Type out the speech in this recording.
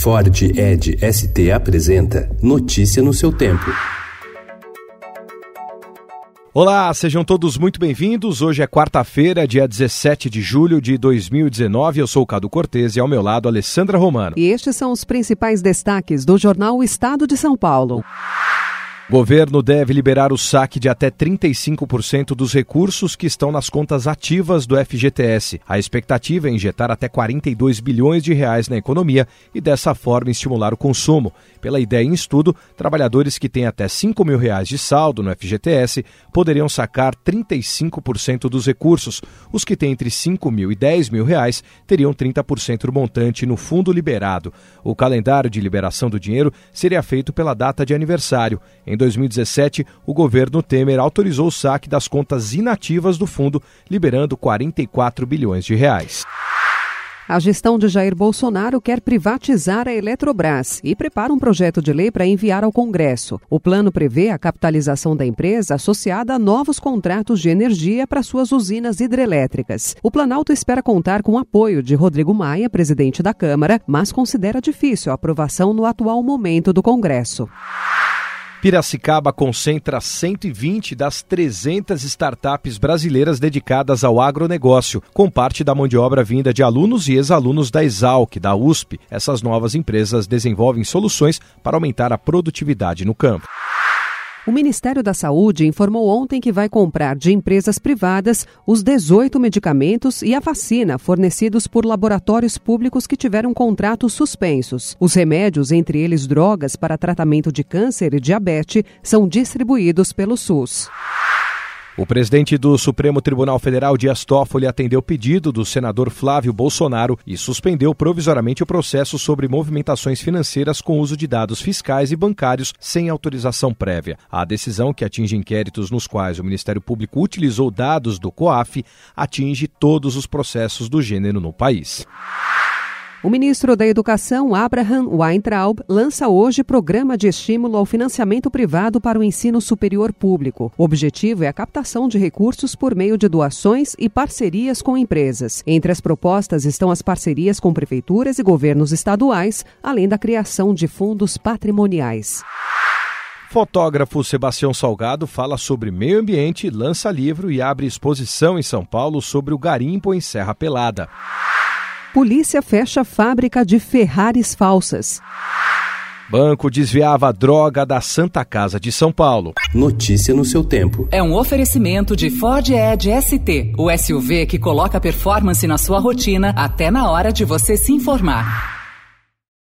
Ford Edge ST apresenta Notícia no seu tempo. Olá, sejam todos muito bem-vindos. Hoje é quarta-feira, dia 17 de julho de 2019. Eu sou o Cadu Cortez e ao meu lado, Alessandra Romano. E estes são os principais destaques do jornal O Estado de São Paulo. Governo deve liberar o saque de até 35% dos recursos que estão nas contas ativas do FGTS. A expectativa é injetar até 42 bilhões de reais na economia e dessa forma estimular o consumo. Pela ideia em estudo, trabalhadores que têm até 5 mil reais de saldo no FGTS poderiam sacar 35% dos recursos. Os que têm entre 5 mil e 10 mil reais teriam 30% do montante no fundo liberado. O calendário de liberação do dinheiro seria feito pela data de aniversário. Em 2017, o governo Temer autorizou o saque das contas inativas do fundo, liberando 44 bilhões de reais. A gestão de Jair Bolsonaro quer privatizar a Eletrobras e prepara um projeto de lei para enviar ao Congresso. O plano prevê a capitalização da empresa associada a novos contratos de energia para suas usinas hidrelétricas. O Planalto espera contar com o apoio de Rodrigo Maia, presidente da Câmara, mas considera difícil a aprovação no atual momento do Congresso. Piracicaba concentra 120 das 300 startups brasileiras dedicadas ao agronegócio, com parte da mão de obra vinda de alunos e ex-alunos da Exalc, da USP. Essas novas empresas desenvolvem soluções para aumentar a produtividade no campo. O Ministério da Saúde informou ontem que vai comprar de empresas privadas os 18 medicamentos e a vacina fornecidos por laboratórios públicos que tiveram contratos suspensos. Os remédios, entre eles drogas para tratamento de câncer e diabetes, são distribuídos pelo SUS. O presidente do Supremo Tribunal Federal, Dias Toffoli, atendeu o pedido do senador Flávio Bolsonaro e suspendeu provisoriamente o processo sobre movimentações financeiras com uso de dados fiscais e bancários sem autorização prévia. A decisão, que atinge inquéritos nos quais o Ministério Público utilizou dados do COAF, atinge todos os processos do gênero no país. O ministro da Educação, Abraham Weintraub, lança hoje programa de estímulo ao financiamento privado para o ensino superior público. O objetivo é a captação de recursos por meio de doações e parcerias com empresas. Entre as propostas estão as parcerias com prefeituras e governos estaduais, além da criação de fundos patrimoniais. Fotógrafo Sebastião Salgado fala sobre meio ambiente, lança livro e abre exposição em São Paulo sobre o garimpo em Serra Pelada. Polícia fecha fábrica de Ferraris falsas. Banco desviava droga da Santa Casa de São Paulo. Notícia no seu tempo. É um oferecimento de Ford Edge ST, o SUV que coloca performance na sua rotina até na hora de você se informar.